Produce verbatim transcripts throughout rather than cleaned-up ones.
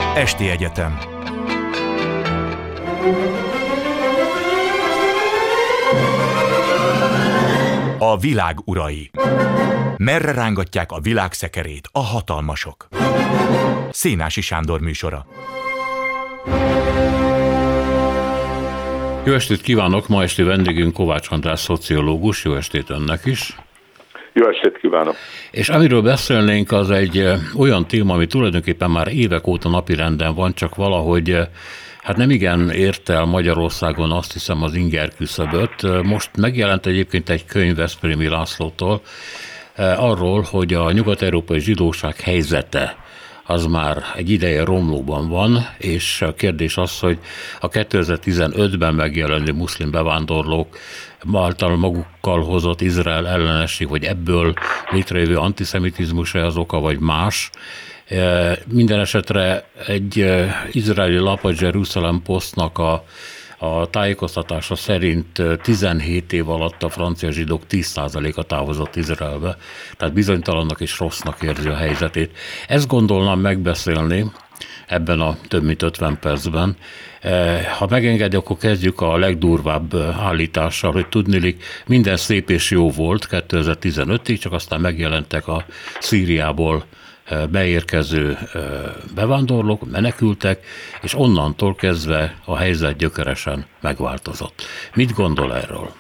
Esti Egyetem. A világ urai. Merre rángatják a világ szekerét a hatalmasok? Szénási Sándor műsora. Jó estét kívánok! Ma esti vendégünk Kovács András szociológus. Jó estét önnek is! Jó estét kívánok! És amiről beszélnénk, az egy olyan téma, ami tulajdonképpen már évek óta napirenden van, csak valahogy hát nem igen ért el Magyarországon, azt hiszem, az inger küszöböt. Most megjelent egyébként egy könyv Veszprémi Lászlótól arról, hogy a nyugat-európai zsidóság helyzete az már egy ideje romlóban van, és a kérdés az, hogy a kétezer-tizenötben megjelenő muszlim bevándorlók által magukkal hozott Izrael ellenesség, vagy ebből létrejövő antiszemitizmus az oka, vagy más. Minden esetre egy izraeli lap, a Jerusalem Postnak a, a tájékoztatása szerint tizenhét év alatt a francia zsidók tíz százaléka távozott Izraelbe, tehát bizonytalannak és rossznak érzi a helyzetét. Ezt gondolnám megbeszélni ebben a több mint ötven percben. Ha megengedi, akkor kezdjük a legdurvább állítással, hogy tudniillik, minden szép és jó volt kétezer-tizenötig, csak aztán megjelentek a Szíriából beérkező bevándorlók, menekültek, és onnantól kezdve a helyzet gyökeresen megváltozott. Mit gondol erről?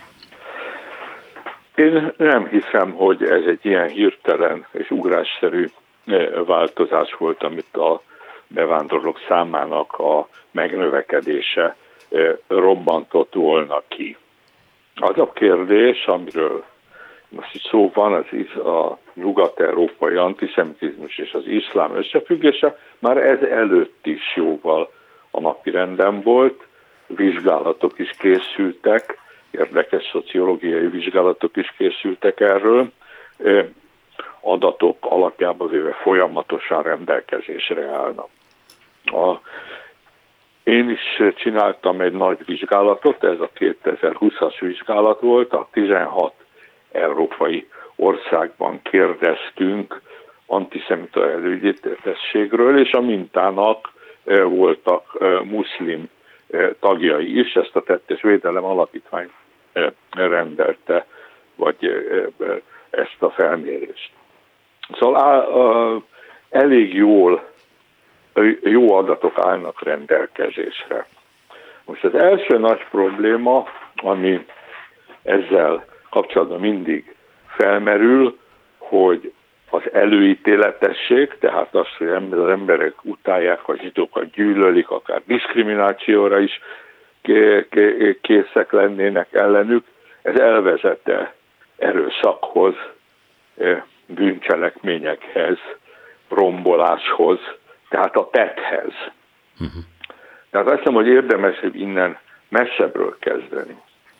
Én nem hiszem, hogy ez egy ilyen hirtelen és ugrásszerű változás volt, amit a bevándorlók számának a megnövekedése robbantott volna ki. Az a kérdés, amiről most itt szó van, az a nyugat-európai antiszemitizmus és az iszlám összefüggése, már ez előtt is jóval a napirenden volt, vizsgálatok is készültek, érdekes szociológiai vizsgálatok is készültek erről, adatok alapjában véve folyamatosan rendelkezésre állnak. A, én is csináltam egy nagy vizsgálatot, ez a kétezer-húszas vizsgálat volt, a tizenhat európai országban kérdeztünk antiszemita előítéletességről, és a mintának voltak muszlim tagjai is, ezt a Tettes Védelem Alapítvány rendelte, vagy ezt a felmérést. Szóval elég jól, jó adatok állnak rendelkezésre. Most az első nagy probléma, ami ezzel kapcsolatban mindig felmerül, hogy az előítéletesség, tehát az, hogy az emberek utálják a zsidókat, gyűlölik, akár diszkriminációra is készek lennének ellenük, ez elvezette erőszakhoz, bűncselekményekhez, romboláshoz, tehát a tetthez. Uh-huh. Tehát azt hiszem, hogy érdemes, hogy innen messzebbről kezdeni.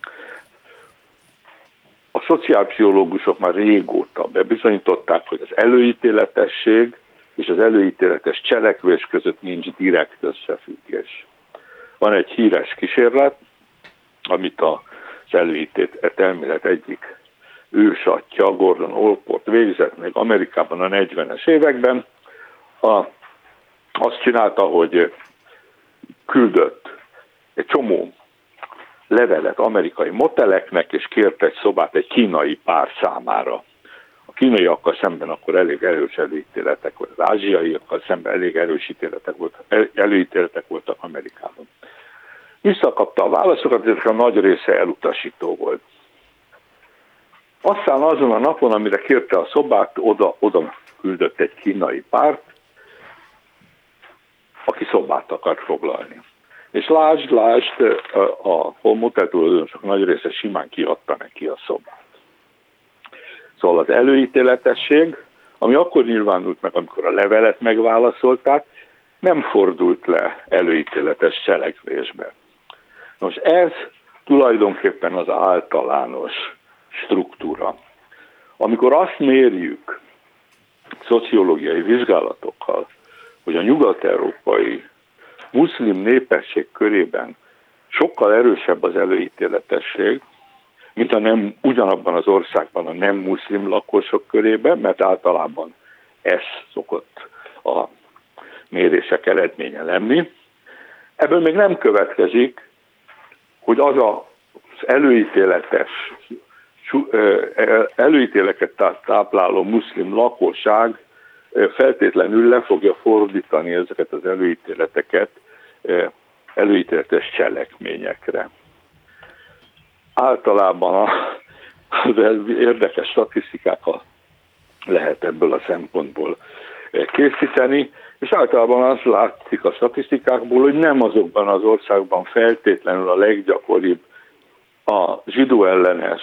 A szociálpszichológusok már régóta bebizonyították, hogy az előítéletesség és az előítéletes cselekvés között nincs direkt összefüggés. Van egy híres kísérlet, amit az előítélet elmélet egyik ősatja, Gordon Allport végzett még Amerikában a negyvenes években. A, azt csinálta, hogy küldött egy csomó levelet amerikai moteleknek, és kért egy szobát egy kínai pár számára. A kínaiakkal szemben akkor elég erős előítéletek voltak, az ázsiaiakkal szemben elég erős ítéletek voltak, előítéletek voltak Amerikában. Visszakapta a válaszokat, és a nagy része elutasító volt. Aztán azon a napon, amire kérte a szobát, oda, oda küldött egy kínai párt, aki szobát akart foglalni. És lásd, lásd, a motel tulajdonosok nagy része simán kiadta neki a szobát. Szóval az előítéletesség, ami akkor nyilvánult meg, amikor a levelet megválaszolták, nem fordult le előítéletes cselekvésbe. Most ez tulajdonképpen az általános struktúra. Amikor azt mérjük szociológiai vizsgálatokkal, hogy a nyugat-európai muszlim népesség körében sokkal erősebb az előítéletesség, mint a nem, ugyanabban az országban a nem muszlim lakosok körében, mert általában ez szokott a mérések eredménye lenni. Ebből még nem következik, hogy az az előítéletes, előítéleket tápláló muszlim lakosság feltétlenül le fogja fordítani ezeket az előítéleteket előítéletes cselekményekre. Általában az érdekes statisztikákat lehet ebből a szempontból készíteni, és általában az látszik a statisztikákból, hogy nem azokban az országban feltétlenül a leggyakoribb a zsidó ellenes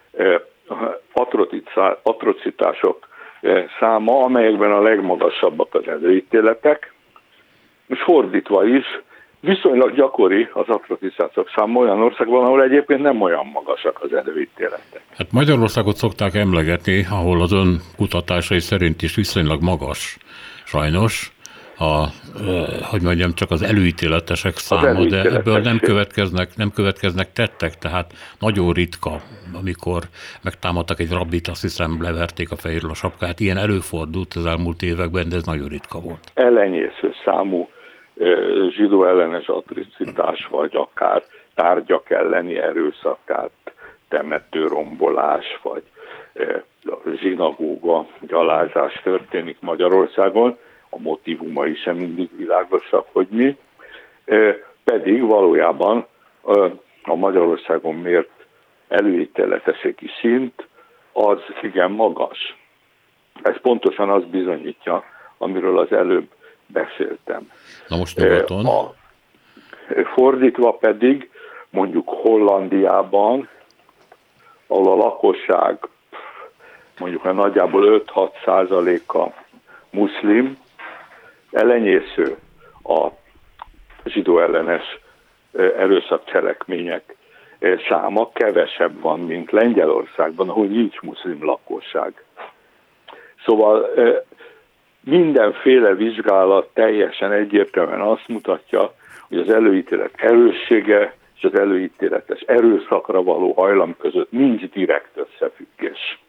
atrocitások száma, amelyekben a legmagasabbak az előítéletek, és fordítva is viszonylag gyakori az atrocitások száma olyan országban, ahol egyébként nem olyan magasak az előítéletek. Hát Magyarországot szokták emlegetni, ahol az ön kutatásai szerint is viszonylag magas, sajnos, a, hogy mondjam, csak az előítéletesek száma, az de ebből nem következnek, nem következnek tettek, tehát nagyon ritka, amikor megtámadtak egy rabbit, azt hiszem leverték a fejéről a sapkát. Ilyen előfordult az elmúlt években, de ez nagyon ritka volt. Elenyésző számú zsidó ellenes atrocitás, vagy akár tárgyak elleni erőszakát, temetőrombolás, vagy zsinagóga gyalázás történik Magyarországon. A motivumai sem mindig világosak, hogy mi. Pedig valójában a Magyarországon mért előítéletességi szint az igen magas. Ez pontosan azt bizonyítja, amiről az előbb beszéltem. Na most nyugaton. A, fordítva pedig mondjuk Hollandiában, ahol a lakosság mondjuk a nagyjából öt-hat százaléka muszlim, elenyésző a zsidó ellenes erőszakcselekmények száma kevesebb van, mint Lengyelországban, ahol nincs muszlim lakosság. Szóval mindenféle vizsgálat teljesen egyértelműen azt mutatja, hogy az előítélet erőssége és az előítéletes erőszakra való hajlam között nincs direkt összefüggés.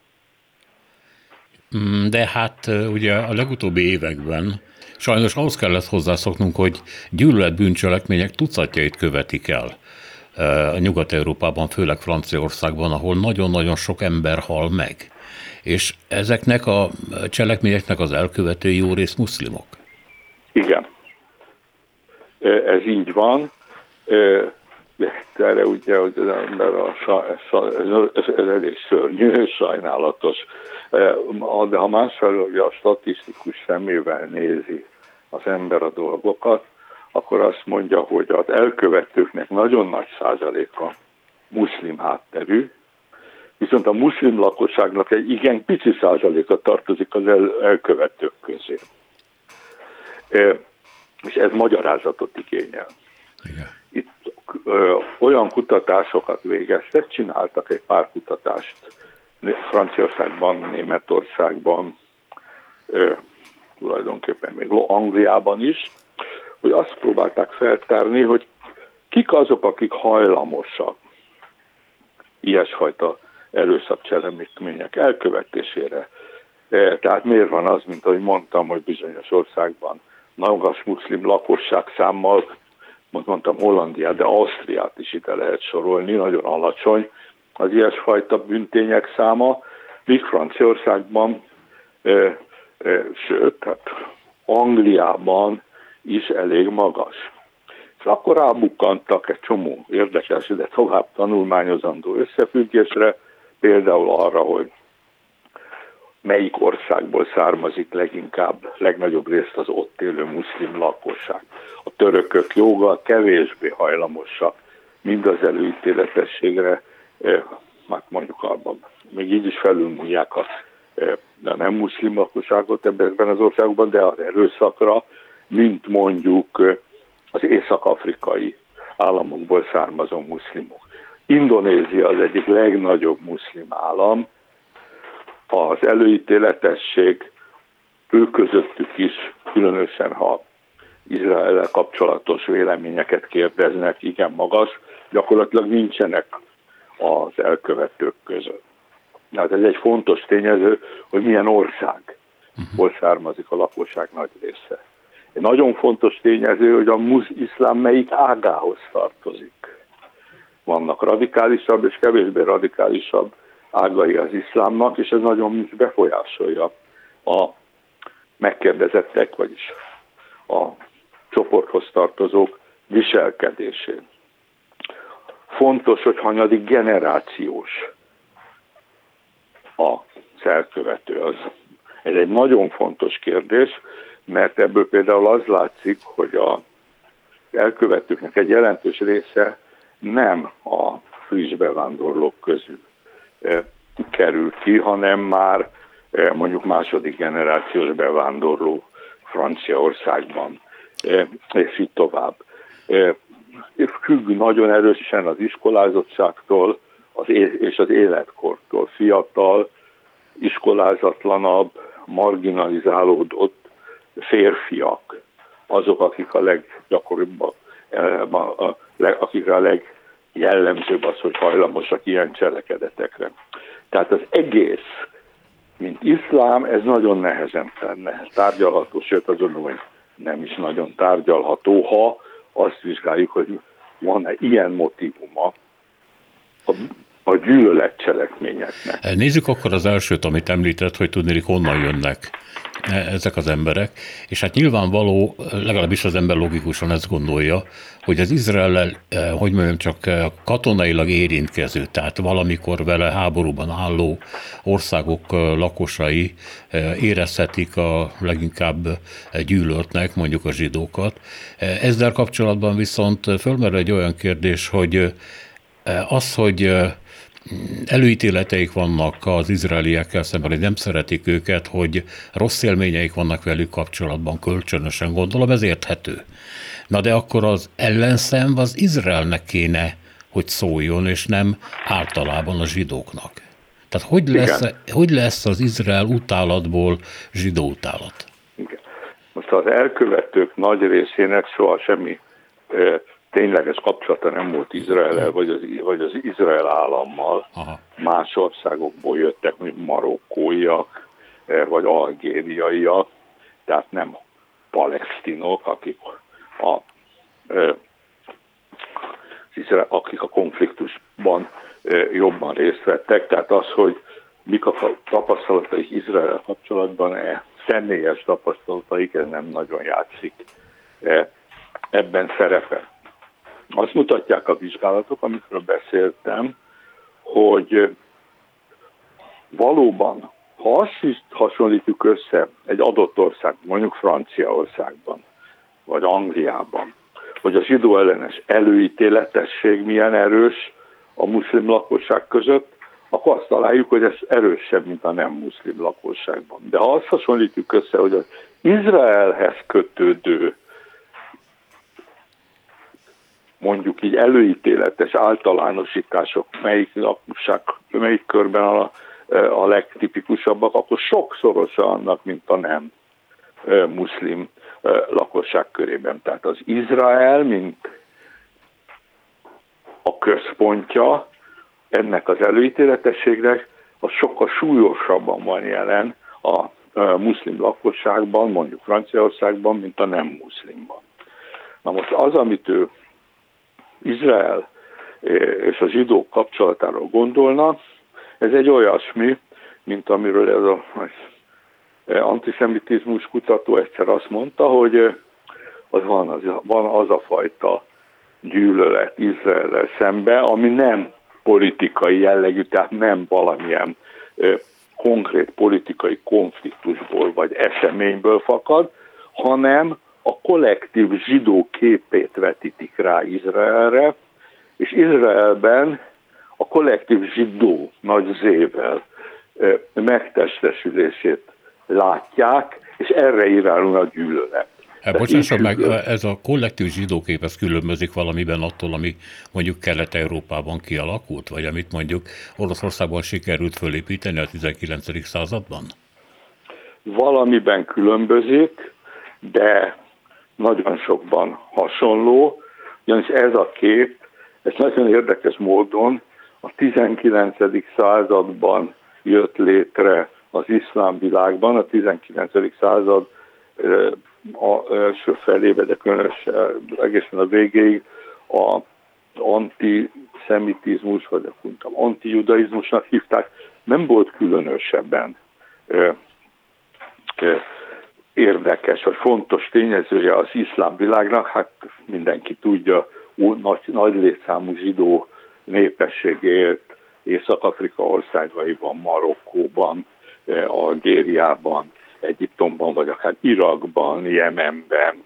De hát ugye a legutóbbi években sajnos ahhoz kellett hozzászoknunk, hogy gyűlöletbűncselekmények tucatjait követik el a Nyugat-Európában, főleg Franciaországban, ahol nagyon-nagyon sok ember hal meg. És ezeknek a cselekményeknek az elkövetői jó rész muszlimok. Igen. Ez így van. Erre ugye, hogy az ember a, ez elég szörnyű, sajnálatos. De ha másfelől a statisztikus szemével nézi az ember a dolgokat, akkor azt mondja, hogy az elkövetőknek nagyon nagy százaléka muszlim hátterű, viszont a muszlim lakosságnak egy igen pici százaléka tartozik az el, elkövetők közé. E, és ez magyarázatot igényel. Igen. Itt ö, olyan kutatásokat végeztek, csináltak egy pár kutatást Franciaországban, Németországban, ö, tulajdonképpen még Angliában is, hogy azt próbálták feltárni, hogy kik azok, akik hajlamosak ilyesfajta erőszakcselekmények elkövetésére. Tehát miért van az, mint ahogy mondtam, hogy bizonyos országban magas muszlim lakosság számmal, mondtam Hollandiát, de Ausztriát is ide lehet sorolni, nagyon alacsony az ilyesfajta bűntények száma, míg Franciaországban, e, e, sőt, hát Angliában is elég magas. És akkor rábukkantak egy csomó érdekes, de tovább tanulmányozandó összefüggésre, például arra, hogy melyik országból származik leginkább, legnagyobb részt az ott élő muszlim lakosság. A törökök jóval kevésbé hajlamosak mind az előítéletességre, hát mondjuk abban, még így is felülmúlják a, a nem muszlim lakosságot ebben az országban, de az erőszakra, mint mondjuk az észak-afrikai államokból származó muszlimok. Indonézia az egyik legnagyobb muszlim állam, az előítéletesség ő közöttük is, különösen ha Izraellel kapcsolatos véleményeket kérdeznek, igen magas, gyakorlatilag nincsenek az elkövetők között. Hát ez egy fontos tényező, hogy milyen országból származik a lakosság nagy része. Egy nagyon fontos tényező, hogy a musz-iszlám melyik ágához tartozik. Vannak radikálisabb és kevésbé radikálisabb ágai az iszlámnak, és ez nagyon befolyásolja a megkérdezettek, vagyis a csoporthoz tartozók viselkedését. Fontos, hogy hanyadik generációs az elkövető. Az. Ez egy nagyon fontos kérdés, mert ebből például az látszik, hogy az elkövetőknek egy jelentős része nem a friss bevándorlók közül kerül ki, hanem már mondjuk második generációs bevándorló Franciaországban, és így tovább. Függ nagyon erősen az iskolázottságtól az é- és az életkortól. Fiatal, iskolázatlanabb, marginalizálódott férfiak, azok, akik a leggyakoribbak, akikre a legjellemzőbb az, hogy hajlamosak ilyen cselekedetekre. Tehát az egész, mint iszlám, ez nagyon nehezen tárgyalható, sőt azon, hogy nem is nagyon tárgyalható, ha azt vizsgáljuk, hogy van-e ilyen motívuma a, a gyűlöletcselekményeknek. Nézzük akkor az elsőt, amit említett, hogy tudnék, honnan jönnek ezek az emberek, és hát nyilvánvaló, legalábbis az ember logikusan ezt gondolja, hogy az Izraellel, hogy mondjam, csak katonailag érintkező, tehát valamikor vele háborúban álló országok lakosai érezhetik a leginkább gyűlöltnek, mondjuk a zsidókat. Ezzel kapcsolatban viszont fölmerül egy olyan kérdés, hogy az, hogy előítéleteik vannak az izraeliekkel szemben, hogy nem szeretik őket, hogy rossz élményeik vannak velük kapcsolatban, kölcsönösen gondolom, ez érthető. Na de akkor az ellenszem az Izraelnek kéne, hogy szóljon, és nem általában a zsidóknak. Tehát hogy lesz, hogy lesz az Izrael utálatból zsidó utálat? Igen. Most az elkövetők nagy részének soha semmi e, tényleges kapcsolata nem volt Izraellel, vagy az, vagy az Izrael állammal. Aha. Más országokból jöttek, mint marokkóiak, e, vagy algériaiak, tehát nem palesztinok, akik a, e, akik a konfliktusban e, jobban részt vettek. Tehát az, hogy mik a tapasztalataik Izrael kapcsolatban, e, személyes tapasztalataik, ez nem nagyon játszik e, ebben szerepel. Azt mutatják a vizsgálatok, amikről beszéltem, hogy valóban, ha azt is hasonlítjuk össze egy adott ország, mondjuk Franciaországban, vagy Angliában, hogy a zsidó ellenes előítéletesség milyen erős a muszlim lakosság között, akkor azt találjuk, hogy ez erősebb, mint a nem muszlim lakosságban. De ha azt hasonlítjuk össze, hogy az Izraelhez kötődő, mondjuk így előítéletes általánosítások, melyik lakosság, melyik körben a, a legtipikusabbak, akkor sokszorosa annak, mint a nem muszlim lakosság körében. Tehát az Izrael, mint a központja ennek az előítéletességnek, az sokkal súlyosabban van jelen a muszlim lakosságban, mondjuk Franciaországban, mint a nem muszlimban. Na most az, amit ő Izrael és a zsidók kapcsolatáról gondolna, ez egy olyasmi, mint amiről ez az antiszemitizmus kutató egyszer azt mondta, hogy az van, az, van az a fajta gyűlölet Izraellel szembe, ami nem politikai jellegű, tehát nem valamilyen ö, konkrét politikai konfliktusból vagy eseményből fakad, hanem a kollektív zsidó képét vetítik rá Izraelre, és Izraelben a kollektív zsidó nagy zével ö, megtestesülését látják, és erre irányul a gyűlölet. Hát, bocsásson meg, ez a kollektív zsidókép, ez különbözik valamiben attól, ami mondjuk Kelet-Európában kialakult, vagy amit mondjuk Oroszországban sikerült fölépíteni a tizenkilencedik században? Valamiben különbözik, de nagyon sokban hasonló, ugyanis ez a kép, ez nagyon érdekes módon a tizenkilencedik században jött létre az iszlám világban, a tizenkilencedik század az első felébe, de különösen egészen a végéig a antiszemitizmus, vagy mondtam, antijudaizmusnak hívták, nem volt különösebben ö, ö, érdekes, vagy fontos tényezője az iszlám világnak. Hát mindenki tudja, nagy, nagy létszámú zsidó népesség élt Észak-Afrika országaiban, Marokkóban, Algériában, Egyiptomban, vagy akár Irakban, Jemenben,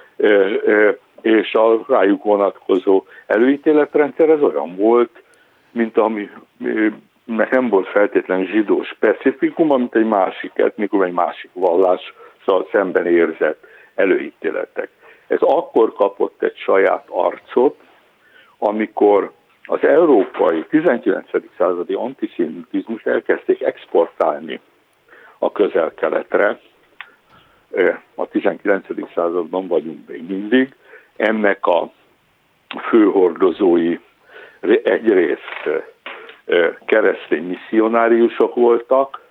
és a rájuk vonatkozó előítéletrendszer ez olyan volt, mint ami nem volt feltétlenül zsidó specifikum, mint egy másik etnikum, egy másik vallás, szóval szemben érzett előítéletek. Ez akkor kapott egy saját arcot, amikor az európai tizenkilencedik századi antiszemitizmust elkezdték exportálni a Közel-Keletre. A tizenkilencedik században vagyunk még mindig. Ennek a főhordozói egyrészt keresztény misszionáriusok voltak,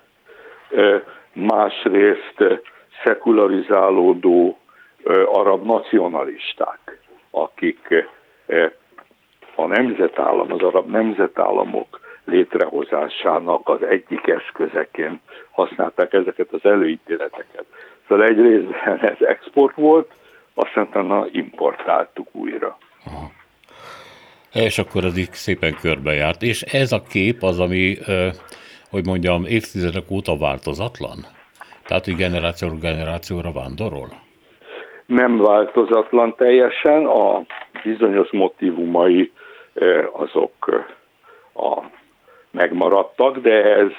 másrészt szekularizálódó arab nacionalisták, akik a nemzetállam, az arab nemzetállamok létrehozásának az egyik eszközeként használták ezeket az előítéleteket. Szóval egy részben ez export volt, aztán importáltuk újra. Aha. És akkor ez így szépen körbejárt. És ez a kép az, ami, hogy mondjam, évtizedek óta változatlan? Tehát, hogy generációról generációra vándorol? Nem változatlan teljesen, a bizonyos motívumai azok a megmaradtak, de ez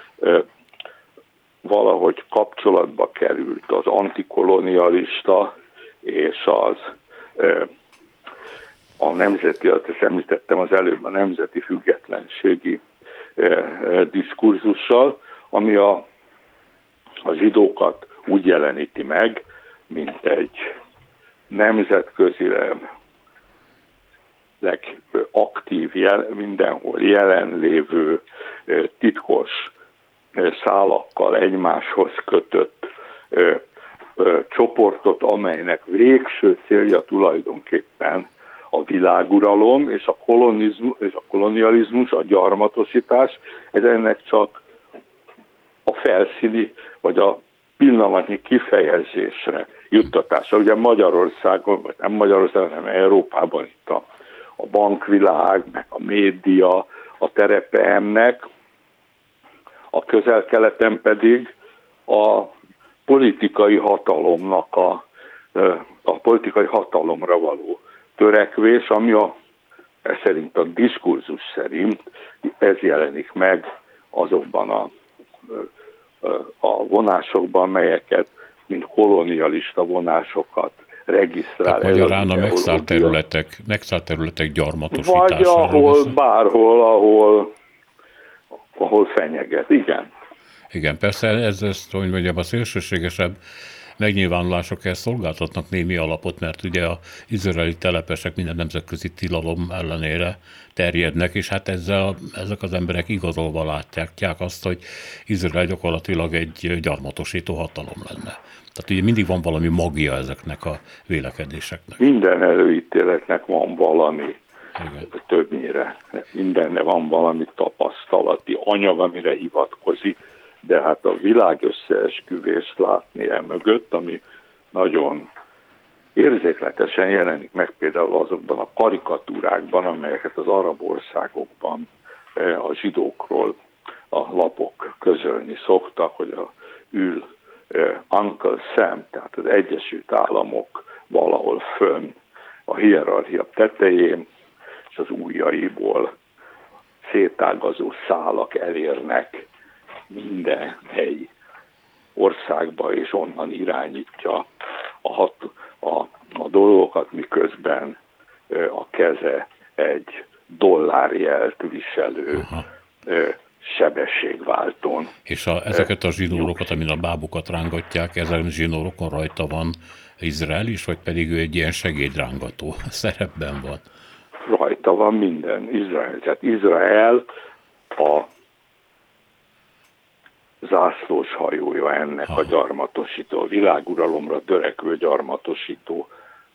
valahogy kapcsolatba került az antikolonialista és az a nemzeti, azt említettem az előbb, a nemzeti függetlenségi diskurzussal, ami a, a zsidókat úgy jeleníti meg, mint egy nemzetközileg aktív, jel, mindenhol jelenlévő, titkos szálakkal egymáshoz kötött ö, ö, csoportot, amelynek végső célja tulajdonképpen a világuralom és a, kolonizmus, és a kolonializmus, a gyarmatosítás, ez ennek csak a felszíni, vagy a pillanatnyi kifejezésre juttatása. Ugye Magyarországon, vagy nem Magyarországon, hanem Európában itt a, a bankvilág, meg a média, a terepe ennek, a Közel-Keleten pedig a politikai hatalomnak a, a politikai hatalomra való törekvés, ami a, ez szerint a diskurzus szerint ez jelenik meg azokban a, a vonásokban, melyeket, mint kolonialista vonásokat regisztrál. Tehát magyarán a megszállt területek, megszállt területek gyarmatosítására. Vagy ahol, viszont... bárhol, ahol, ahol fenyeget, igen. Igen, persze ez, ez, hogy mondjam, a szélsőségesebb megnyilvánulások ehhez szolgáltatnak némi alapot, mert ugye az izraeli telepesek minden nemzetközi tilalom ellenére terjednek, és hát ezzel ezek az emberek igazolva látják azt, hogy Izrael gyakorlatilag egy gyarmatosító hatalom lenne. Tehát ugye mindig van valami magia ezeknek a vélekedéseknek. Minden előítéletnek van valami, igen. Többnyire. Mindenne van valami tapasztalati anyag, amire hivatkozik, de hát a világ összeesküvést látni el mögött, ami nagyon érzékletesen jelenik meg például azokban a karikatúrákban, amelyeket az arab országokban a zsidókról a lapok közölni szoktak, hogy a ül Uncle Sam, tehát az Egyesült Államok valahol fönn a hierarchia tetején, és az ujjaiból szétágazó szálak elérnek minden helyi országba, és onnan irányítja a, hat, a, a dolgokat, miközben a keze egy dollárjelt viselő Aha. sebességváltón. És a, ezeket a zsinórokat, amin a bábukat rángatják, ezen a zsinórokon rajta van Izrael is, vagy pedig ő egy ilyen segédrángató szerepben van? Rajta van minden Izrael. Tehát Izrael a zászlós hajója ennek a gyarmatosító, a világuralomra törekvő gyarmatosító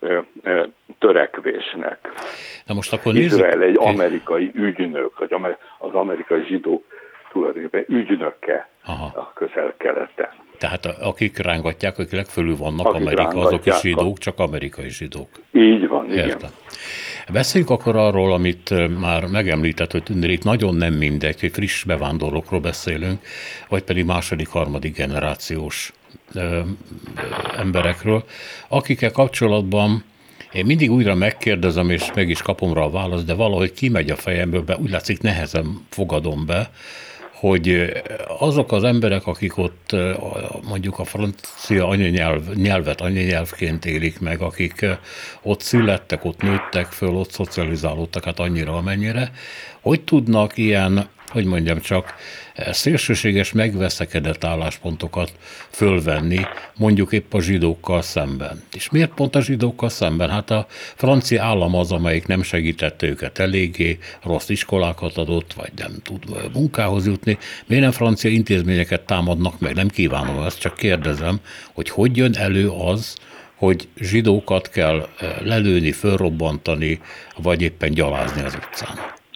törekvésnek. Na most akkor Izrael egy amerikai ügynök, az amerikai zsidók tulajdonképpen ügynöke Aha. a Közel-Keleten. Tehát akik rángatják, akik legfölül vannak, akik Amerika, azok is zsidók, a... csak amerikai zsidók. Így van, igen. Értem. Beszéljünk akkor arról, amit már megemlített, hogy itt nagyon nem mindegy, hogy friss bevándorlókról beszélünk, vagy pedig második, harmadik generációs ö, ö, emberekről, akikkel kapcsolatban én mindig újra megkérdezem, és meg is kapom rá a választ, de valahogy kimegy a fejemből, be, úgy látszik nehezen fogadom be, hogy azok az emberek, akik ott mondjuk a francia anyanyelv, nyelvet anyanyelvként élik meg, akik ott születtek, ott nőttek föl, ott szocializálódtak, hát annyira, amennyire, hogy tudnak ilyen, hogy mondjam csak, szélsőséges, megveszekedett álláspontokat fölvenni, mondjuk épp a zsidókkal szemben. És miért pont a zsidókkal szemben? Hát a francia állam az, amelyik nem segítette őket eléggé, rossz iskolákat adott, vagy nem tud munkához jutni. Miért nem francia intézményeket támadnak meg? Nem kívánom ezt, csak kérdezem, hogy hogy jön elő az, hogy zsidókat kell lelőni, fölrobbantani, vagy éppen gyalázni az utcán.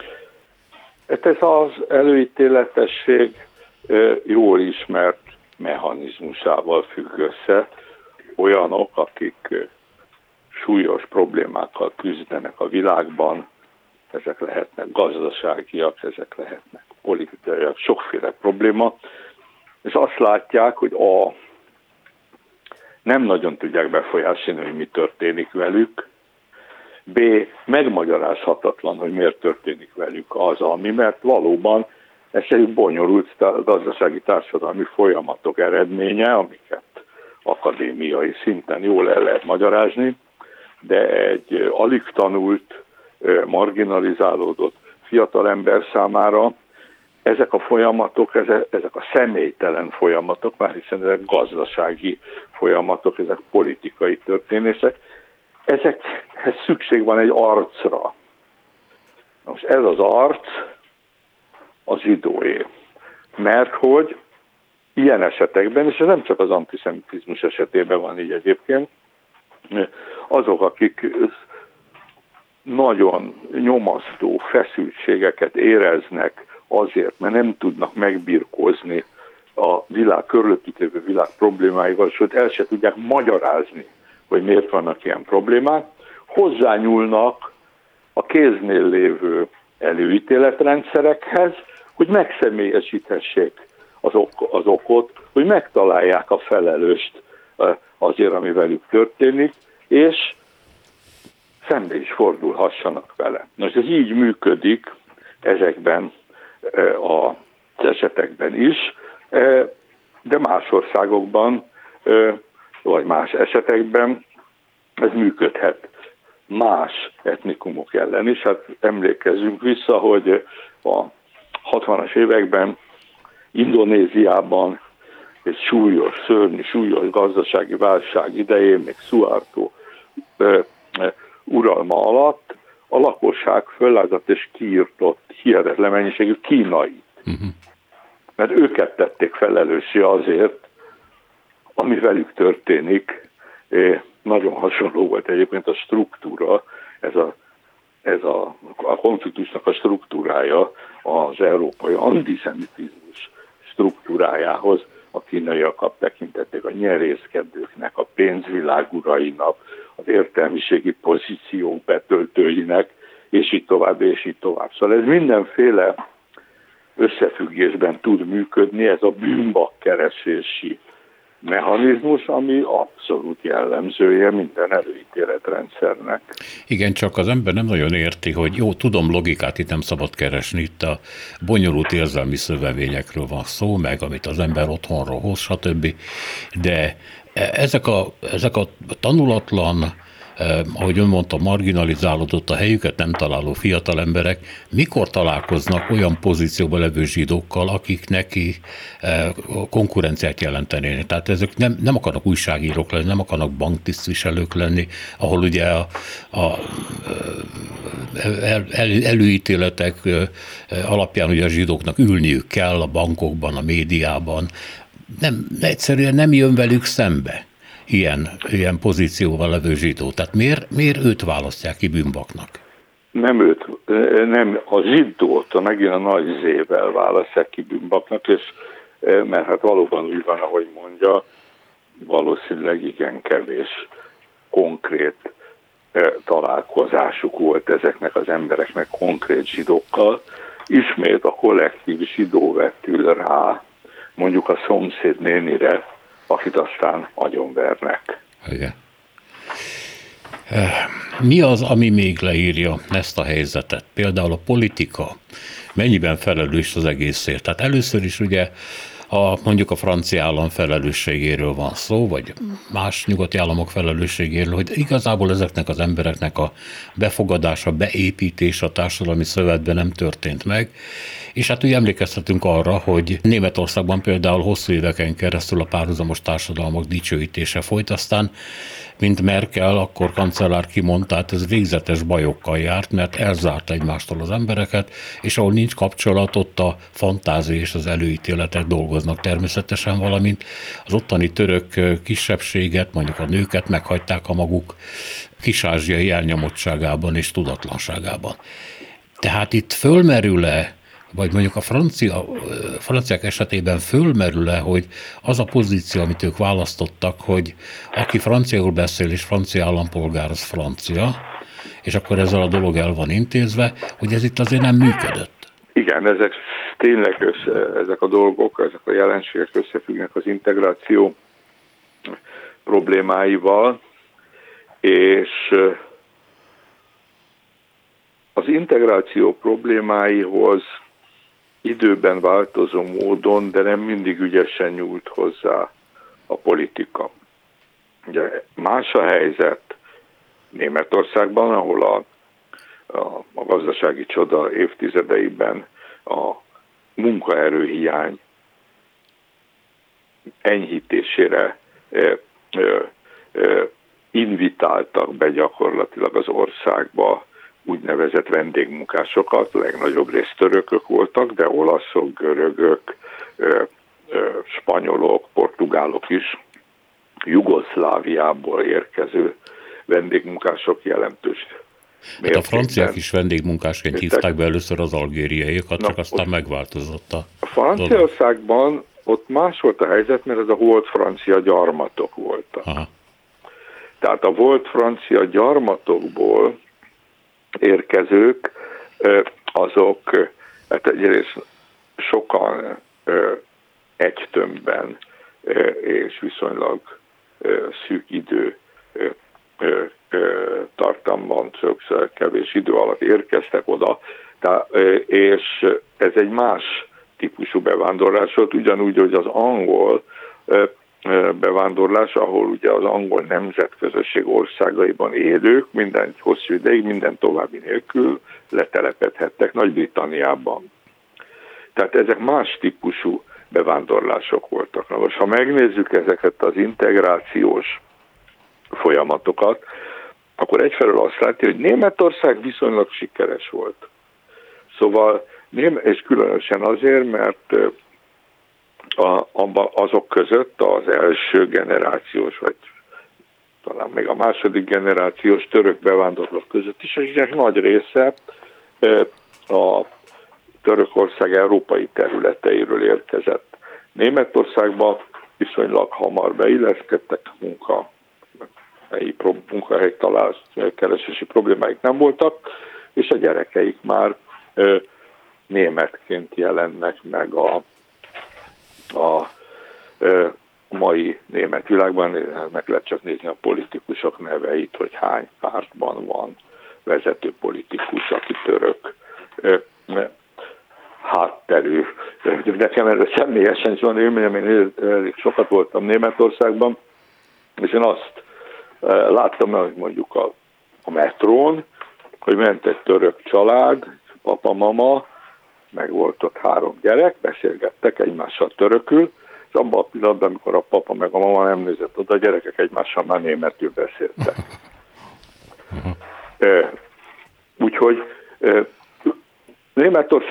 Hát ez az előítéletesség jól ismert mechanizmusával függ össze. Olyanok, akik súlyos problémákkal küzdenek a világban, ezek lehetnek gazdaságiak, ezek lehetnek politikaiak, sokféle probléma, és azt látják, hogy a nem nagyon tudják befolyásolni, hogy mi történik velük, B. megmagyarázhatatlan, hogy miért történik velük az, ami, mert valóban ez egy bonyolult gazdasági társadalmi folyamatok eredménye, amiket akadémiai szinten jól el lehet magyarázni, de egy alig tanult, marginalizálódott fiatalember számára ezek a folyamatok, ezek a személytelen folyamatok, már hiszen ezek gazdasági folyamatok, ezek politikai történések, ezekhez szükség van egy arcra. Most ez az arc a zsidóé. Mert hogy ilyen esetekben, és ez nem csak az antiszemitizmus esetében van így egyébként, azok, akik nagyon nyomasztó feszültségeket éreznek azért, mert nem tudnak megbirkózni a világ körülöttük lévő világ problémáival, sőt el se tudják magyarázni, hogy miért vannak ilyen problémák, hozzányúlnak a kéznél lévő előítéletrendszerekhez, hogy megszemélyesíthessék az, ok- az okot, hogy megtalálják a felelőst azért, ami velük történik, és szembe is fordulhassanak vele. Most ez így működik ezekben az esetekben is, de más országokban, vagy más esetekben ez működhet más etnikumok ellen is. Hát emlékezzünk vissza, hogy a hatvanas években Indonéziában egy súlyos, szörnyű, súlyos gazdasági válság idején, még Suharto uralma alatt a lakosság föllázadt és kiirtott hihetetlen mennyiségű kínait. Uh-huh. Mert őket tették felelőssé azért, ami velük történik. Nagyon hasonló volt egyébként a struktúra, ez a, ez a, a konfliktusnak a struktúrája az európai antiszemitizmus struktúrájához. A kínaiakat tekintették a nyerészkedőknek, a pénzvilágurainak, az értelmiségi pozíciók betöltőinek, és így tovább, és így tovább. Szóval ez mindenféle összefüggésben tud működni, ez a bűnbakkeresési mechanizmus, ami abszolút jellemzője minden előítéletrendszernek. Igen, csak az ember nem nagyon érti, hogy jó, tudom, logikát itt nem szabad keresni, itt a bonyolult érzelmi szövevényekről van szó, meg amit az ember otthonról hoz, stb. De ezek a, ezek a tanulatlan, eh, ahogy ön mondta, marginalizálódott, a helyüket nem találó fiatal emberek mikor találkoznak olyan pozícióban levő zsidókkal, akik neki eh, konkurenciát jelentenének. Tehát ezek nem, nem akarnak újságírók lenni, nem akarnak banktisztviselők lenni, ahol ugye a, a el, el, előítéletek alapján ugye a zsidóknak ülniük kell a bankokban, a médiában. Nem, egyszerűen nem jön velük szembe ilyen, ilyen pozícióval levő zsidó. Tehát miért, miért őt választják ki bűnbaknak? Nem őt, nem a zsidót, a megint a nagy zével választják ki bűnbaknak, és mert hát valóban úgy van, ahogy mondja, valószínűleg igen kevés konkrét találkozásuk volt ezeknek az embereknek konkrét zsidókkal. Ismét a kollektív zsidó vetül rá, mondjuk a szomszéd nénire, akit aztán agyonvernek. Igen. Mi az, ami még leírja ezt a helyzetet? Például a politika mennyiben felelős az egészért? Tehát először is ugye a, mondjuk a francia állam felelősségéről van szó, vagy más nyugati államok felelősségéről, hogy igazából ezeknek az embereknek a befogadása, beépítése a társadalmi szövetbe nem történt meg. És hát ugye emlékeztetünk arra, hogy Németországban például hosszú éveken keresztül a párhuzamos társadalmak dicsőítése folyt, aztán mint Merkel, akkor kancellár kimondta, hát ez végzetes bajokkal járt, mert elzárt egymástól az embereket, és ahol nincs kapcsolat, ott a fantázia és az előítéletek dolgoznak természetesen, valamint az ottani török kisebbséget, mondjuk a nőket meghagyták a maguk kis-ázsiai elnyomottságában és tudatlanságában. Tehát itt fölmerül-e, vagy mondjuk a francia, franciák esetében fölmerül-e, hogy az a pozíció, amit ők választottak, hogy aki franciául beszél és francia állampolgár, az francia, és akkor ezzel a dolog el van intézve, hogy ez itt azért nem működött. Igen, ezek tényleg össze, ezek a dolgok, ezek a jelenségek összefüggnek az integráció problémáival, és az integráció problémáihoz időben változó módon, de nem mindig ügyesen nyúlt hozzá a politika. Ugye más a helyzet Németországban, ahol a, a, a gazdasági csoda évtizedeiben a munkaerőhiány enyhítésére e, e, e, invitáltak be gyakorlatilag az országba úgynevezett vendégmunkásokat, legnagyobb részt törökök voltak, de olaszok, görögök, ö, ö, spanyolok, portugálok is, Jugoszláviából érkező vendégmunkások jelentős hát a franciák is vendégmunkásként hívták be először az algériaiakat, csak aztán megváltozott a... A Franciaországban ott más volt a helyzet, mert ez a volt francia gyarmatok voltak. Aha. Tehát a volt francia gyarmatokból érkezők, azok hát egyrészt sokan egy tömbben és viszonylag szűk idő tartamban, sokszor kevés idő alatt érkeztek oda, és ez egy más típusú bevándorlás volt, ugyanúgy, hogy az angol bevándorlás, ahol ugye az angol nemzetközösség országaiban élők minden hosszú ideig, minden további nélkül letelepedhettek Nagy-Britanniában. Tehát ezek más típusú bevándorlások voltak. Na most, ha megnézzük ezeket az integrációs folyamatokat, akkor egyfelől azt látja, hogy Németország viszonylag sikeres volt. Szóval, és különösen azért, mert A, azok között az első generációs, vagy talán még a második generációs török bevándorlók között is, és nagy része a Törökország európai területeiről érkezett. Németországba viszonylag hamar beilleszkedtek, munka, munkahely találás, keresési problémáik nem voltak, és a gyerekeik már németként jelennek meg a a mai német világban, meg lehet csak nézni a politikusok neveit, hogy hány pártban van vezető politikus, aki török hátterű. Nekem erre személyesen is van élményem, én elég sokat voltam Németországban, és én azt láttam, hogy mondjuk a, a metrón, hogy ment egy török család, papa, mama, meg volt ott három gyerek, beszélgettek egymással törökül, és abban a pillanatban, amikor a papa meg a mama nem nézett oda, a gyerekek egymással már németül beszéltek. Úgyhogy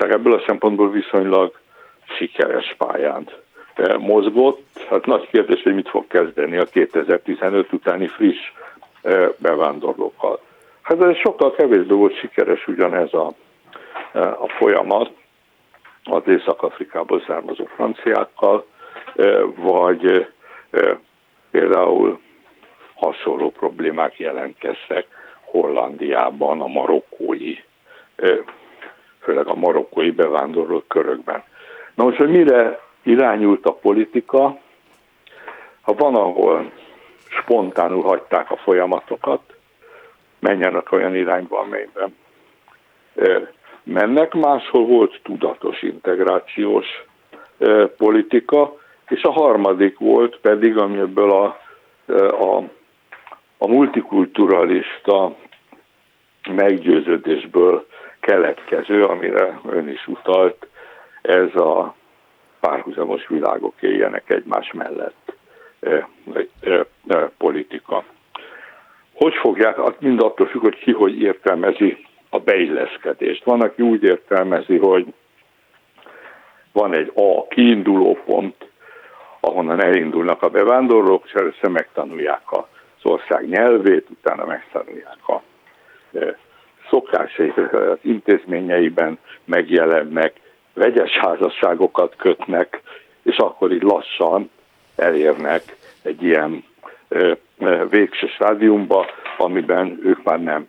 Magyarország ebből a szempontból viszonylag sikeres pályán mozgott. Hát nagy kérdés, hogy mit fog kezdeni a kétezer-tizenöt utáni friss bevándorlókkal. Hát ez sokkal kevésbé volt sikeres ugyanez a, a folyamat az Észak-Afrikából származó franciákkal, vagy például hasonló problémák jelentkeztek Hollandiában, a marokkói, főleg a marokkói bevándorló körökben. Na most, hogy mire irányult a politika, ha van, ahol spontánul hagyták a folyamatokat, menjenek olyan irányba, amelyben mennek, máshol volt tudatos integrációs politika, és a harmadik volt pedig, ami ebből a, a, a multikulturalista meggyőződésből keletkező, amire ön is utalt, ez a párhuzamos világok éljenek egymás mellett e, e, e, politika. Hogy fogják, mind attól függ, hogy ki hogy értelmezi a beilleszkedést. Van, aki úgy értelmezi, hogy van egy A kiinduló pont, ahonnan elindulnak a bevándorlók, és először megtanulják az ország nyelvét, utána megtanulják a szokásait, az intézményeiben megjelennek, vegyes házasságokat kötnek, és akkor így lassan elérnek egy ilyen végső stádiumba, amiben ők már nem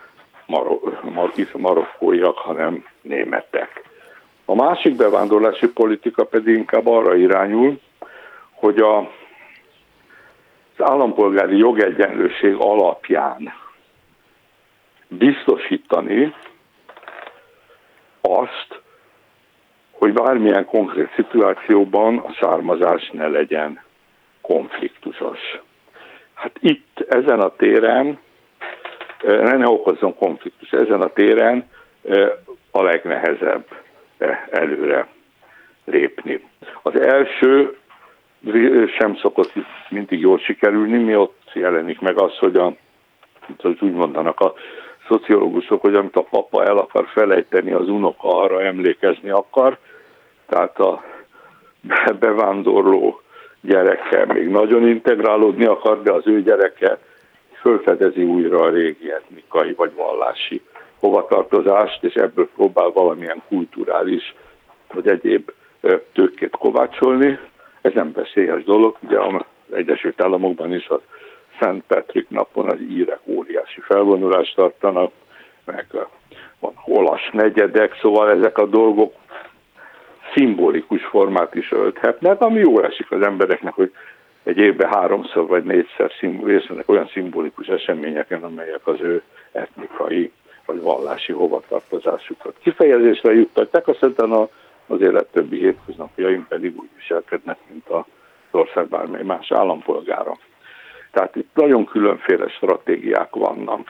marokkóiak, hanem németek. A másik bevándorlási politika pedig inkább arra irányul, hogy a, az állampolgári jogegyenlőség alapján biztosítani azt, hogy bármilyen konkrét szituációban a származás ne legyen konfliktusos. Hát itt, ezen a téren, ne, ne okozzon konfliktus, ezen a téren a legnehezebb előre lépni. Az első sem szokott mindig jól sikerülni, mi ott jelenik meg az, hogy a, az úgy mondanak a szociológusok, hogy amit a papa el akar felejteni, az unoka arra emlékezni akar, tehát a bevándorló gyereke még nagyon integrálódni akar, de az ő gyereke fölfedezi újra a régi etnikai vagy vallási hovatartozást, és ebből próbál valamilyen kulturális vagy egyéb tőkét kovácsolni. Ez nem veszélyes dolog, ugye az Egyesült Államokban is a Szent Patrick napon az írek óriási felvonulást tartanak, meg van olasz negyedek, szóval ezek a dolgok szimbolikus formát is ölthetnek, ami jól esik az embereknek, hogy egy évben háromszor vagy négyszer részlenek olyan szimbolikus eseményeken, amelyek az ő etnikai vagy vallási hovatartozásukat kifejezésre juttatják, aztán az élet többi hétköznapjaim pedig úgy viselkednek, mint az ország bármely más állampolgára. Tehát itt nagyon különféle stratégiák vannak.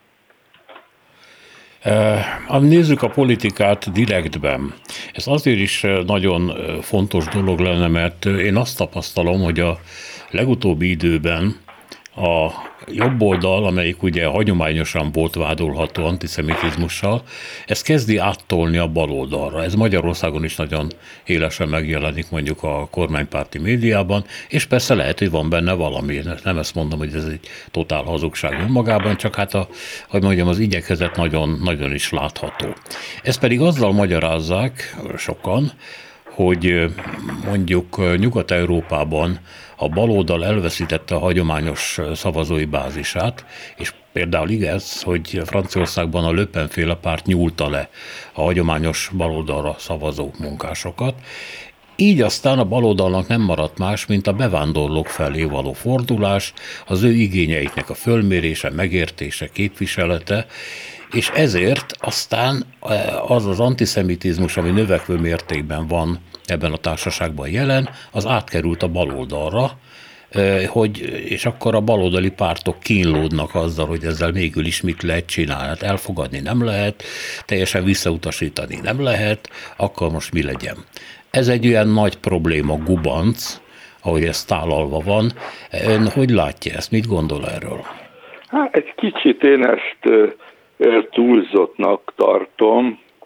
Ha nézzük a politikát direktben, ez azért is nagyon fontos dolog lenne, mert én azt tapasztalom, hogy a legutóbbi időben a jobb oldal, amelyik ugye hagyományosan volt vádolható antiszemitizmussal, ez kezdi áttolni a bal oldalra. Ez Magyarországon is nagyon élesen megjelenik mondjuk a kormánypárti médiában, és persze lehet, hogy van benne valami. Nem ezt mondom, hogy ez egy totál hazugság önmagában, csak hát a, hogy mondjam, az igyekezet nagyon, nagyon is látható. Ezt pedig azzal magyarázzák sokan, hogy mondjuk Nyugat-Európában a baloldal elveszítette a hagyományos szavazói bázisát, és például igaz, hogy Franciaországban a Le Pen-féle párt nyúlta le a hagyományos baloldalra szavazó munkásokat. Így aztán a baloldalnak nem maradt más, mint a bevándorlók felé való fordulás, az ő igényeiknek a fölmérése, megértése, képviselete, és ezért aztán az az antiszemitizmus, ami növekvő mértékben van ebben a társaságban jelen, az átkerült a baloldalra, hogy, és akkor a baloldali pártok kínlódnak azzal, hogy ezzel mégül is mit lehet csinálni. Hát elfogadni nem lehet, teljesen visszautasítani nem lehet, akkor most mi legyen. Ez egy olyan nagy probléma, gubanc, ahogy ez tálalva van. Ön hogy látja ezt? Mit gondol erről? Hát egy kicsit én ezt túlzottnak tartom.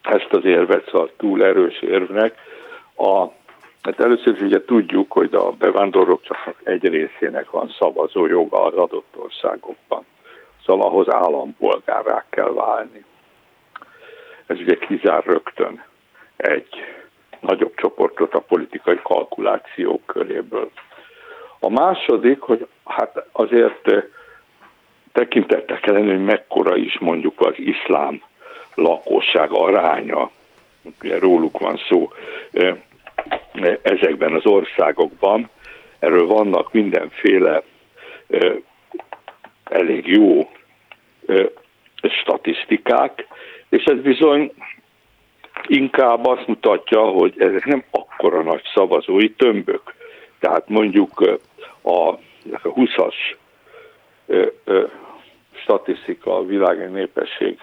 ezt az érvet szóval túl erős érvnek. A, hát először is ugye tudjuk, hogy a bevándorlók csak egy részének van szavazójoga az adott országokban. Szóval ahhoz állampolgárrá kell válni. Ez ugye kizár rögtön egy nagyobb csoportot a politikai kalkulációk köréből. A második, hogy hát azért tekintettel kell lenni, hogy mekkora is mondjuk az iszlám lakosság aránya, ugye róluk van szó ezekben az országokban, erről vannak mindenféle elég jó statisztikák, és ez bizony inkább azt mutatja, hogy ezek nem akkora nagy szavazói tömbök. Tehát mondjuk a húszas statisztika, a világi népesség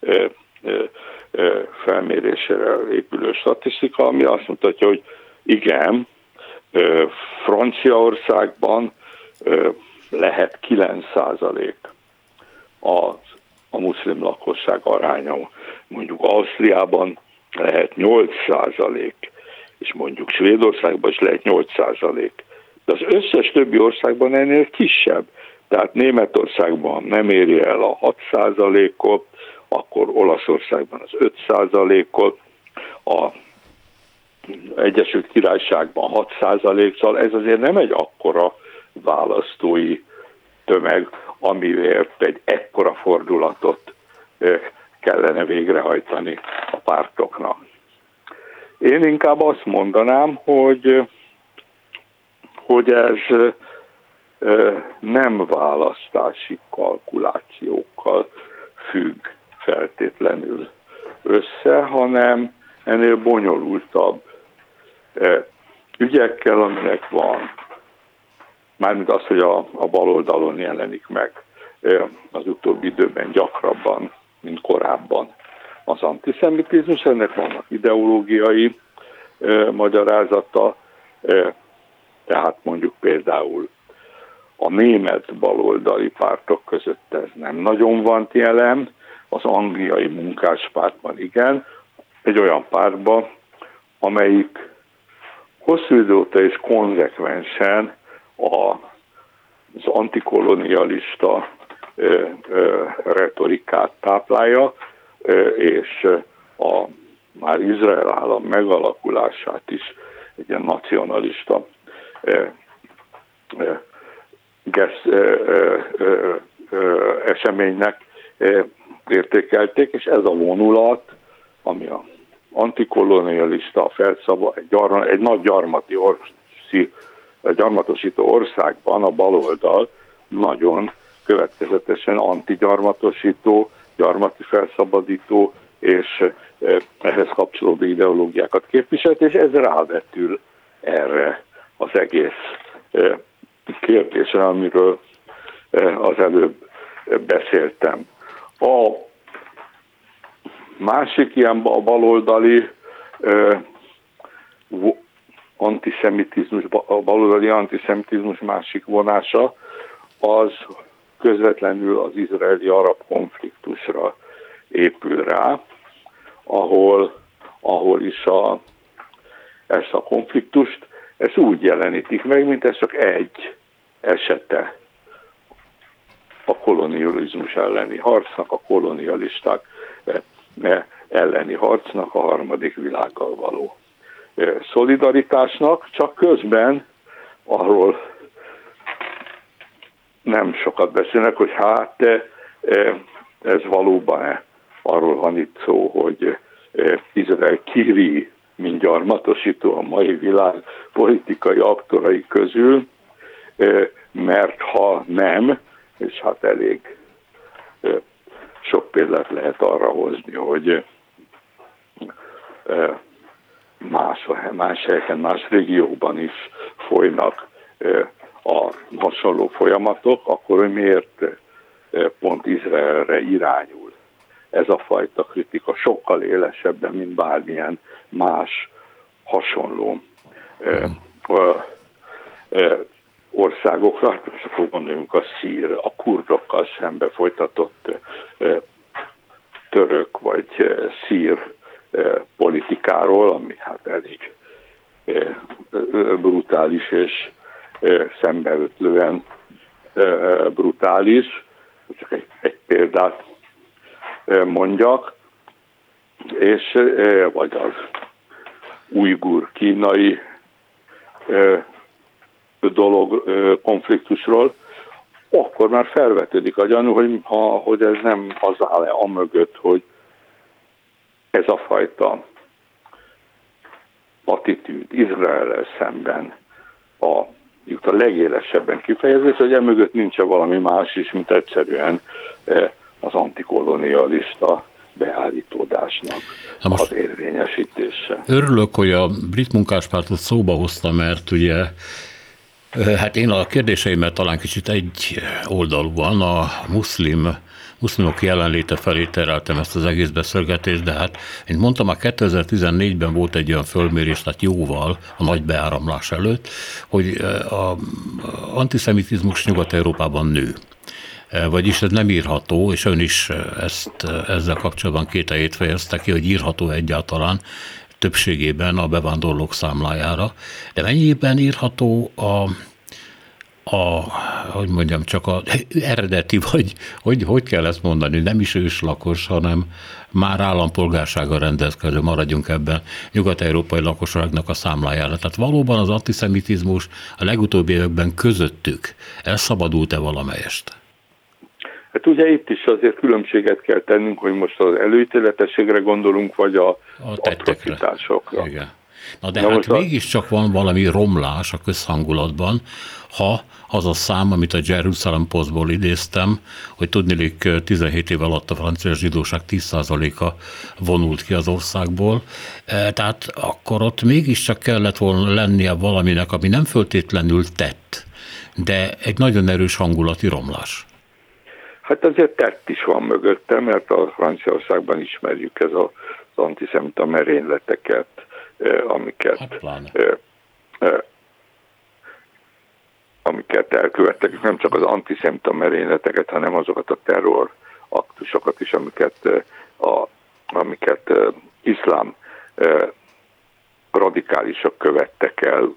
felmérésére épülő statisztika, ami azt mutatja, hogy igen, Franciaországban lehet kilenc százalék a, a muszlim lakosság aránya, mondjuk Ausztriában lehet nyolc százalék, és mondjuk Svédországban is lehet nyolc százalék. De az összes többi országban ennél kisebb. Tehát Németországban nem éri el a hat százalékot, akkor Olaszországban az öt százalékot, a Egyesült Királyságban hat százalék, szóval ez azért nem egy akkora választói tömeg, amiért egy ekkora fordulatot kellene végrehajtani a pártoknak. Én inkább azt mondanám, hogy, hogy ez nem választási kalkulációkkal függ feltétlenül össze, hanem ennél bonyolultabb ügyekkel, aminek van. Mármint az, hogy a, a baloldalon jelenik meg az utóbbi időben gyakrabban, mint korábban az antiszemitizmus, ennek vannak ideológiai magyarázata, tehát mondjuk például a német baloldali pártok között ez nem nagyon van jelen, az angliai munkáspártban igen, egy olyan pártban, amelyik hosszú idő óta és konzekvensen az antikolonialista retorikát táplálja, és a már Izrael állam megalakulását is egy ilyen nacionalista gesz, eseménynek értékelték, és ez a vonulat, ami a antikolonialista, a felszaba, egy, gyarma, egy nagy gyarmati orsi, gyarmatosító országban a baloldal nagyon következetesen antigyarmatosító, gyarmati felszabadító és ehhez kapcsolódó ideológiákat képviselt, és ez rávetül erre az egész kérdésre, amiről az előbb beszéltem. A másik ilyen a baloldali antiszemitizmus, a baloldali antiszemitizmus másik vonása az közvetlenül az izraeli-arab konfliktusra épül rá, ahol, ahol is a, ezt a konfliktust ezt úgy jelenítik meg, mint ez csak egy esete a kolonializmus elleni harcnak, a kolonialisták elleni harcnak, a harmadik világgal való szolidaritásnak, csak közben arról nem sokat beszélnek, hogy hát ez valóban arról van itt szó, hogy Izrael kiri, mint gyarmatosító a mai világ politikai aktorai közül, mert ha nem, és hát elég sok példát lehet arra hozni, hogy más, más helyeken, más régiókban is folynak a hasonló folyamatok, akkor hogy miért pont Izraelre irányul ez a fajta kritika sokkal élesebben, mint bármilyen más hasonló országokra, és akkor gondoljunk a szír, a kurdokkal szembe folytatott török vagy szír politikáról, ami hát elég brutális és szembeötlően brutális. Csak egy, egy példát mondjak, és vagy az ujgur kínai dolog, konfliktusról, akkor már felvetődik a gyanú, hogy, ha, hogy ez nem az áll-e amögött, hogy ez a fajta attitűd Izraellel szemben a, a legélesebben kifejezés, hogy emögött nincs valami más is, mint egyszerűen az antikolonialista beállítódásnak az érvényesítése. Örülök, hogy a brit munkáspártot szóba hozta, mert ugye hát én a kérdéseimmel talán kicsit egy oldalúan a muszlim, muszlimok jelenléte felé tereltem ezt az egész beszélgetést, de hát, mint mondtam, már kétezer-tizennégyben volt egy olyan fölmérés, tehát jóval a nagy beáramlás előtt, hogy az antiszemitizmus Nyugat-Európában nő. Vagyis ez nem írható, és ön is ezt, ezzel kapcsolatban kételjét fejezte ki, hogy írható egyáltalán többségében a bevándorlók számlájára. De mennyiben írható a, a hogy mondjam, csak a eredeti, vagy hogy, hogy kell ezt mondani, nem is őslakos, hanem már állampolgársággal rendelkező, maradjunk ebben, nyugat-európai lakosságnak a számlájára. Tehát valóban az antiszemitizmus a legutóbbi években közöttük elszabadult-e valamelyest? Hát ugye itt is azért különbséget kell tennünk, hogy most az előítéletességre gondolunk, vagy a, a atrocitásokra. Igen. Na de Na hát mégiscsak van valami romlás a közhangulatban, ha az a szám, amit a Jerusalem Postból idéztem, hogy tudniillik tizenhét év alatt a francia zsidóság tíz százaléka vonult ki az országból, tehát akkor ott mégiscsak kellett volna lennie valaminek, ami nem föltétlenül tett, de egy nagyon erős hangulati romlás. Hát azért tett is van mögötte, mert a Franciaországban ismerjük ez az antiszemita merényleteket, amiket, hát amiket elkövettek, nem csak az antiszemita merényleteket, hanem azokat a terror aktusokat is, amiket, a, amiket iszlám radikálisok követtek el.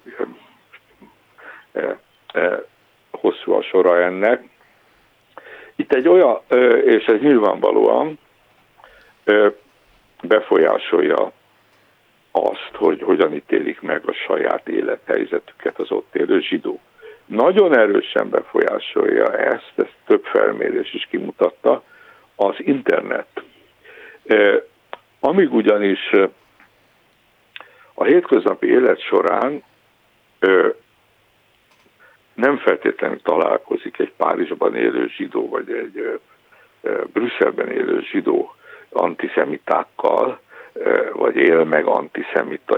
Hosszú a sora ennek. Itt egy olyan, és ez nyilvánvalóan befolyásolja azt, hogy hogyan ítélik meg a saját élethelyzetüket az ott élő zsidók. Nagyon erősen befolyásolja ezt, ezt több felmérés is kimutatta, az internet. Amíg ugyanis a hétköznapi élet során nem feltétlenül találkozik egy Párizsban élő zsidó, vagy egy Brüsszelben élő zsidó antiszemitákkal, vagy él meg antiszemita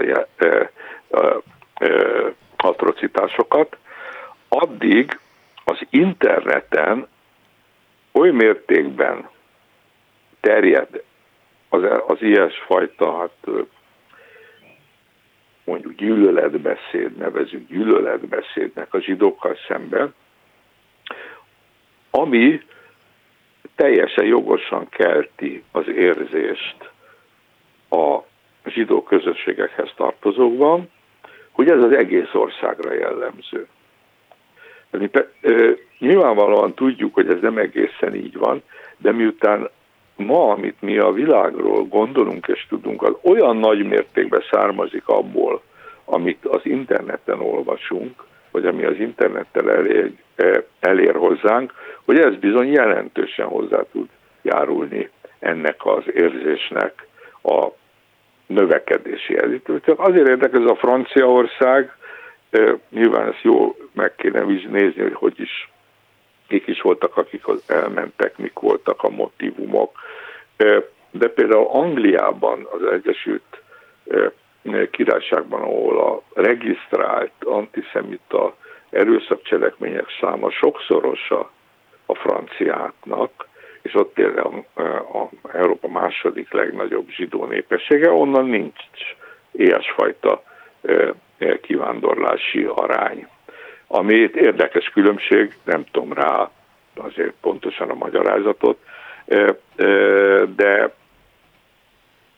atrocitásokat, addig az interneten oly mértékben terjed az, az ilyesfajta, hát mondjuk gyűlöletbeszéd, nevezünk gyűlöletbeszédnek a zsidókkal szemben, ami teljesen jogosan kelti az érzést a zsidó közösségekhez tartozókban, hogy ez az egész országra jellemző. Mi nyilvánvalóan tudjuk, hogy ez nem egészen így van, de miután ma, amit mi a világról gondolunk és tudunk, az olyan nagy mértékben származik abból, amit az interneten olvasunk, vagy ami az internettel elér, elér hozzánk, hogy ez bizony jelentősen hozzá tud járulni ennek az érzésnek a növekedéséhez. Csak azért érdekes ez a Franciaország, nyilván ezt jó meg kéne nézni, hogy hogy is, kik is voltak, akik elmentek, mik voltak a motívumok. De például Angliában, az Egyesült Királyságban, ahol a regisztrált antiszemita erőszakcselekmények száma sokszorosa a franciáknak, és ott él a, a Európa második legnagyobb zsidó népessége, onnan nincs ilyesfajta kivándorlási arány. Ami érdekes különbség, nem tudom rá azért pontosan a magyarázatot, de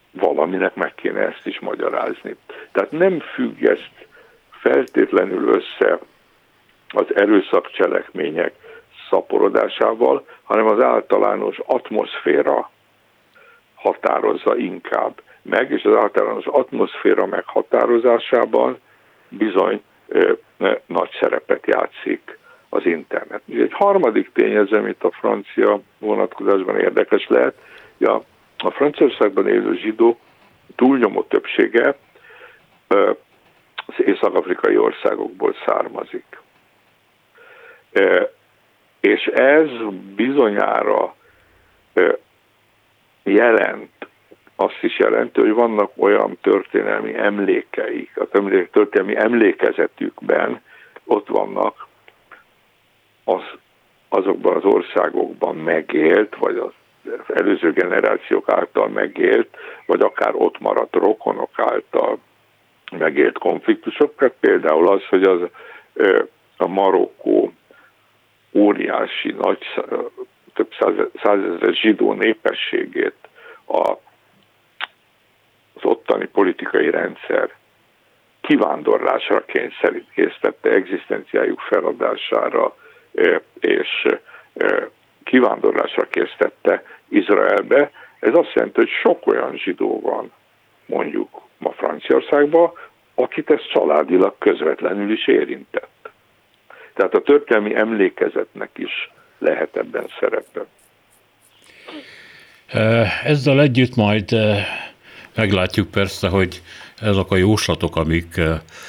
valaminek meg kéne ezt is magyarázni. Tehát nem függ ezt feltétlenül össze az erőszakcselekmények szaporodásával, hanem az általános atmoszféra határozza inkább meg, és az általános atmoszféra meghatározásában bizony ö, nagy szerepet játszik az internet. Egy harmadik tényező, amit a francia vonatkozásban érdekes lehet, hogy a, a Franciaországban élő zsidók túlnyomó többsége ö, az észak-afrikai országokból származik. Ö, és ez bizonyára ö, jelent, azt is jelenti, hogy vannak olyan történelmi emlékeik, a történelmi emlékezetükben ott vannak az, azokban az országokban megélt, vagy az előző generációk által megélt, vagy akár ott maradt rokonok által megélt konfliktusokat, például az, hogy az, a Marokkó óriási, nagy, több százezer zsidó népességét a, az ottani politikai rendszer kivándorlásra kényszerítette, egzisztenciájuk feladására és kivándorlásra késztette Izraelbe. Ez azt jelenti, hogy sok olyan zsidó van, mondjuk ma Franciaországban, akit ez családilag közvetlenül is érintett. Tehát a történelmi emlékezetnek is lehet ebben szerepe. Ezzel együtt majd meglátjuk persze, hogy ezek a jóslatok, amik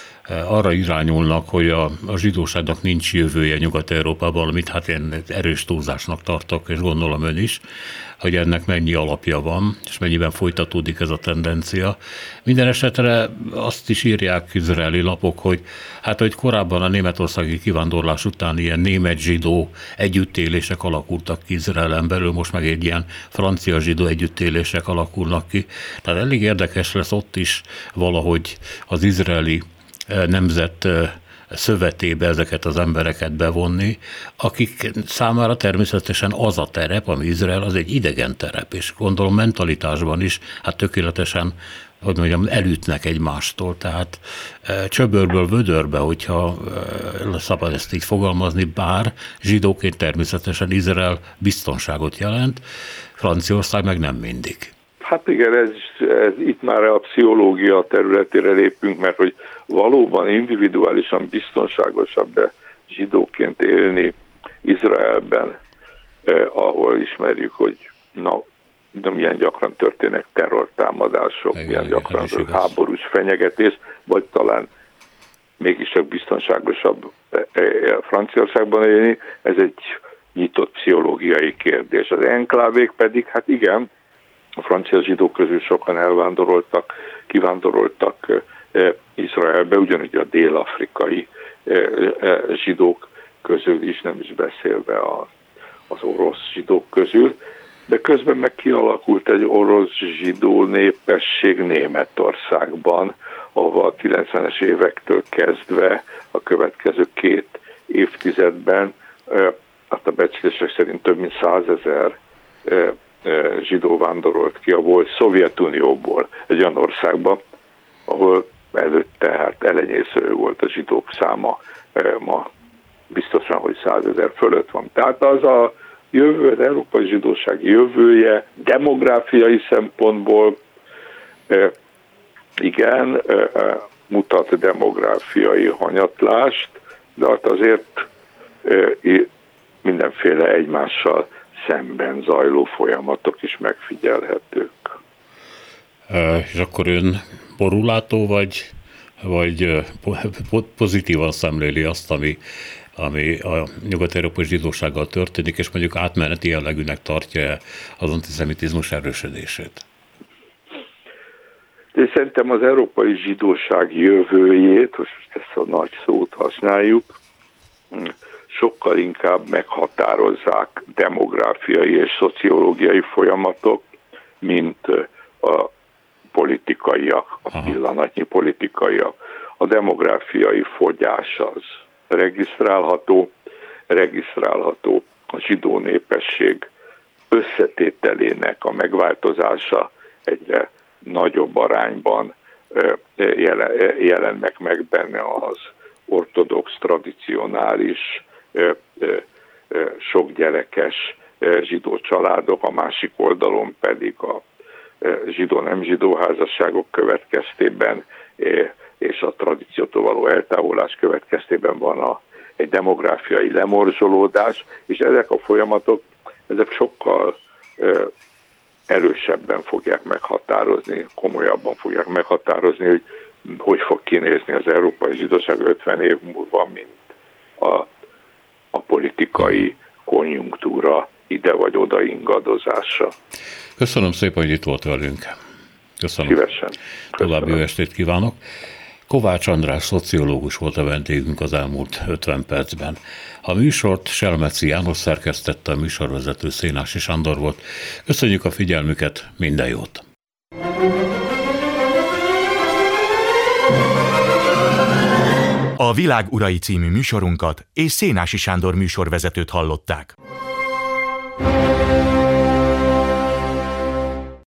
arra irányulnak, hogy a, a zsidóságnak nincs jövője Nyugat-Európában, amit hát én erős túlzásnak tartok, és gondolom ön is, hogy ennek mennyi alapja van, és mennyiben folytatódik ez a tendencia. Minden esetre azt is írják izraeli lapok, hogy hát, hogy korábban a németországi kivándorlás után ilyen német-zsidó együttélések alakultak ki Izraelen belül, most meg egy ilyen francia-zsidó együttélések alakulnak ki. Tehát elég érdekes lesz ott is valahogy az izraeli nemzet szövetébe ezeket az embereket bevonni, akik számára természetesen az a terep, ami Izrael, az egy idegen terep, és gondolom mentalitásban is, hát tökéletesen, hogy mondjam, elütnek egymástól, tehát csöbörből vödörbe, hogyha szabad ezt így fogalmazni, bár zsidóként természetesen Izrael biztonságot jelent, Franciaország meg nem mindig. Hát igen, ez, ez itt már a pszichológia területére lépünk, mert hogy valóban individuálisan biztonságosabb, de zsidóként élni Izraelben, eh, ahol ismerjük, hogy na, de milyen gyakran történnek terrortámadások, igen, milyen gyakran háborús fenyegetés, vagy talán mégiscsak biztonságosabb eh, Franciaországban élni, ez egy nyitott pszichológiai kérdés. Az enklávék pedig, hát igen, a francia zsidók közül sokan elvándoroltak, kivándoroltak eh, Izraelbe, ugyanúgy a dél-afrikai eh, eh, zsidók közül is, nem is beszélve a, az orosz zsidók közül, de közben meg kialakult egy orosz zsidó népesség Németországban, ahol a kilencvenes évektől kezdve a következő két évtizedben, eh, hát a becslések szerint több mint százezer eh, zsidó vándorolt ki a volt Szovjetunióból egy olyan országba, ahol előtte hát elenyésző volt a zsidók száma, ma biztosan, hogy százezer fölött van. Tehát az a jövő, az európai zsidóság jövője demográfiai szempontból igen, mutat demográfiai hanyatlást, de hát azért mindenféle egymással szemben zajló folyamatok is megfigyelhetők. És akkor ön borulátó, vagy, vagy pozitívan szemléli azt, ami, ami a nyugat-európai zsidósággal történik, és mondjuk átmeneti jellegűnek tartja az antiszemitizmus erősödését? De szerintem az európai zsidóság jövőjét, most ezt a nagy szót használjuk, sokkal inkább meghatározzák demográfiai és szociológiai folyamatok, mint a politikaiak, a pillanatnyi politikaiak. A demográfiai fogyás az regisztrálható, regisztrálható a zsidó népesség összetételének a megváltozása, egyre nagyobb arányban jelennek meg benne az ortodox, tradicionális, sokgyerekes zsidó családok, a másik oldalon pedig a zsidó-nem zsidó házasságok következtében és a tradíciótól való eltávolás következtében van a, egy demográfiai lemorzsolódás, és ezek a folyamatok, ezek sokkal erősebben fogják meghatározni, komolyabban fogják meghatározni, hogy hogy fog kinézni az európai zsidóság ötven év múlva, mint a, a politikai konjunktúra ide vagy oda ingadozása. Köszönöm szépen, hogy itt volt velünk. Köszönöm. Szívesen. További jó estét kívánok. Kovács András szociológus volt a vendégünk az elmúlt ötven percben. A műsort Selmeci János szerkesztette, a műsorvezető Szénási Sándor volt. Köszönjük a figyelmüket, minden jót! A Világ urai című műsorunkat és Szénási Sándor műsorvezetőt hallották.